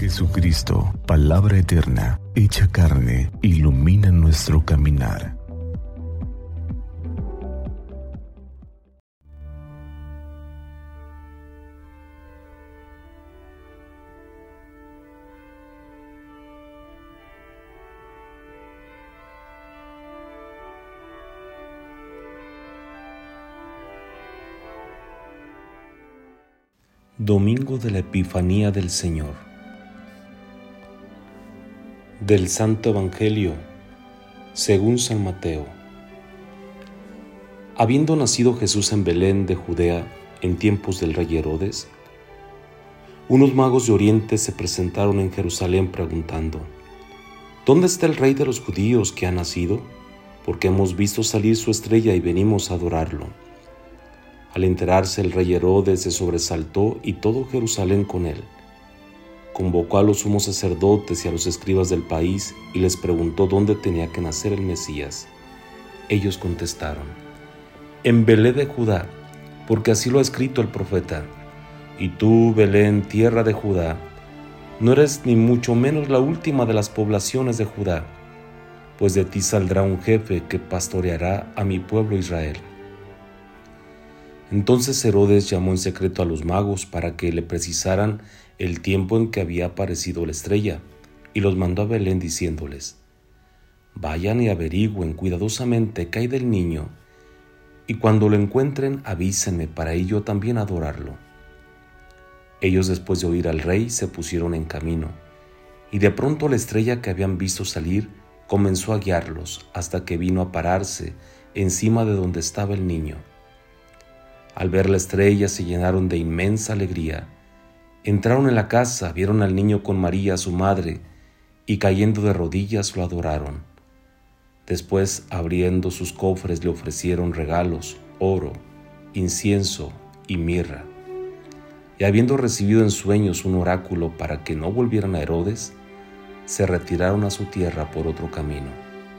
Jesucristo, palabra eterna, hecha carne, ilumina nuestro caminar. Domingo de la Epifanía del Señor. Del Santo Evangelio según San Mateo. Habiendo nacido Jesús en Belén de Judea en tiempos del rey Herodes, unos magos de Oriente se presentaron en Jerusalén preguntando: ¿Dónde está el rey de los judíos que ha nacido? Porque hemos visto salir su estrella y venimos a adorarlo. Al enterarse el rey Herodes se sobresaltó y todo Jerusalén con él. Convocó a los sumos sacerdotes y a los escribas del país y les preguntó dónde tenía que nacer el Mesías. Ellos contestaron: en Belén de Judá, porque así lo ha escrito el profeta. Y tú, Belén, tierra de Judá, no eres ni mucho menos la última de las poblaciones de Judá, pues de ti saldrá un jefe que pastoreará a mi pueblo Israel. Entonces Herodes llamó en secreto a los magos para que le precisaran el tiempo en que había aparecido la estrella, y los mandó a Belén diciéndoles: vayan y averigüen cuidadosamente qué hay del niño, y cuando lo encuentren avísenme para ir yo también a adorarlo. Ellos, después de oír al rey, se pusieron en camino, y de pronto la estrella que habían visto salir comenzó a guiarlos hasta que vino a pararse encima de donde estaba el niño. Al ver la estrella se llenaron de inmensa alegría. Entraron en la casa, vieron al niño con María, su madre, y cayendo de rodillas lo adoraron. Después, abriendo sus cofres, le ofrecieron regalos, oro, incienso y mirra. Y habiendo recibido en sueños un oráculo para que no volvieran a Herodes, se retiraron a su tierra por otro camino.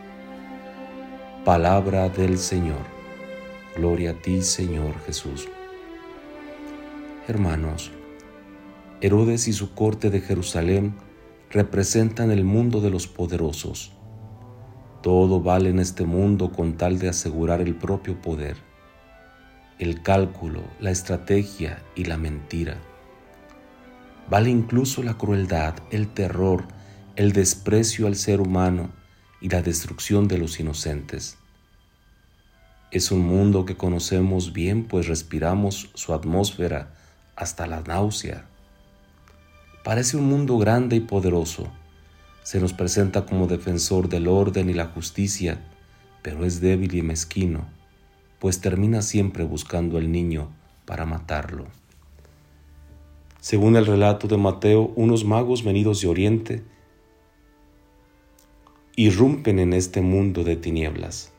Palabra del Señor. Gloria a ti, Señor Jesús. Hermanos, Herodes y su corte de Jerusalén representan el mundo de los poderosos. Todo vale en este mundo con tal de asegurar el propio poder, el cálculo, la estrategia y la mentira. Vale incluso la crueldad, el terror, el desprecio al ser humano y la destrucción de los inocentes. Es un mundo que conocemos bien, pues respiramos su atmósfera hasta la náusea. Parece un mundo grande y poderoso. Se nos presenta como defensor del orden y la justicia, pero es débil y mezquino, pues termina siempre buscando al niño para matarlo. Según el relato de Mateo, unos magos venidos de Oriente irrumpen en este mundo de tinieblas.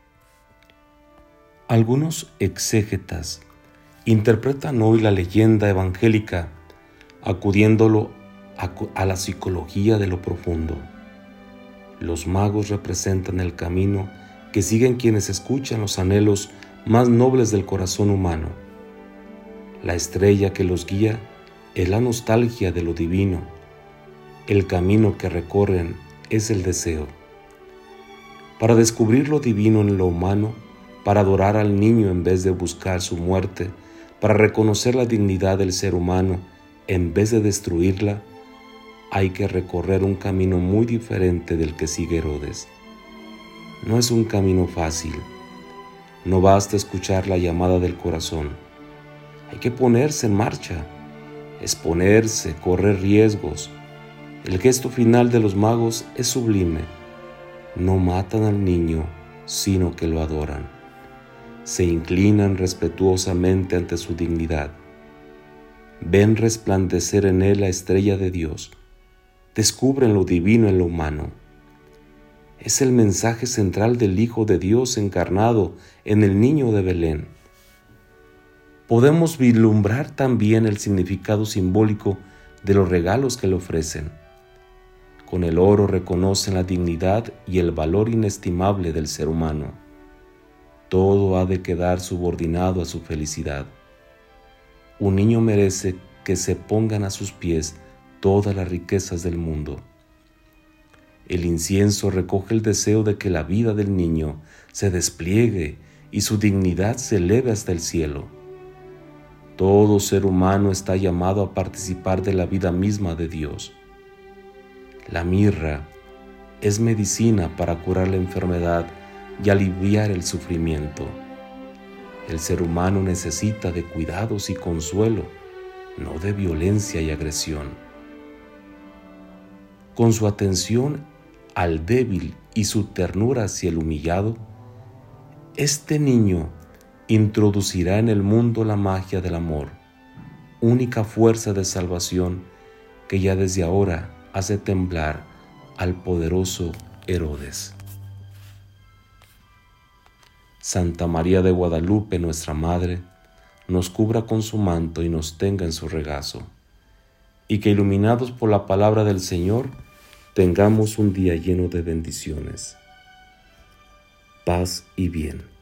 Algunos exégetas interpretan hoy la leyenda evangélica acudiéndolo a la psicología de lo profundo. Los magos representan el camino que siguen quienes escuchan los anhelos más nobles del corazón humano. La estrella que los guía es la nostalgia de lo divino. El camino que recorren es el deseo. Para descubrir lo divino en lo humano, para adorar al niño en vez de buscar su muerte, para reconocer la dignidad del ser humano en vez de destruirla, hay que recorrer un camino muy diferente del que sigue Herodes. No es un camino fácil. No basta escuchar la llamada del corazón. Hay que ponerse en marcha, exponerse, correr riesgos. El gesto final de los magos es sublime. No matan al niño, sino que lo adoran. Se inclinan respetuosamente ante su dignidad. Ven resplandecer en él la estrella de Dios. Descubren lo divino en lo humano. Es el mensaje central del Hijo de Dios encarnado en el niño de Belén. Podemos vislumbrar también el significado simbólico de los regalos que le ofrecen. Con el oro reconocen la dignidad y el valor inestimable del ser humano. Todo ha de quedar subordinado a su felicidad. Un niño merece que se pongan a sus pies todas las riquezas del mundo. El incienso recoge el deseo de que la vida del niño se despliegue y su dignidad se eleve hasta el cielo. Todo ser humano está llamado a participar de la vida misma de Dios. La mirra es medicina para curar la enfermedad y aliviar el sufrimiento. El ser humano necesita de cuidados y consuelo, no de violencia y agresión. Con su atención al débil y su ternura hacia el humillado, este niño introducirá en el mundo la magia del amor, única fuerza de salvación que ya desde ahora hace temblar al poderoso Herodes. Santa María de Guadalupe, nuestra Madre, nos cubra con su manto y nos tenga en su regazo, y que iluminados por la palabra del Señor, tengamos un día lleno de bendiciones, paz y bien.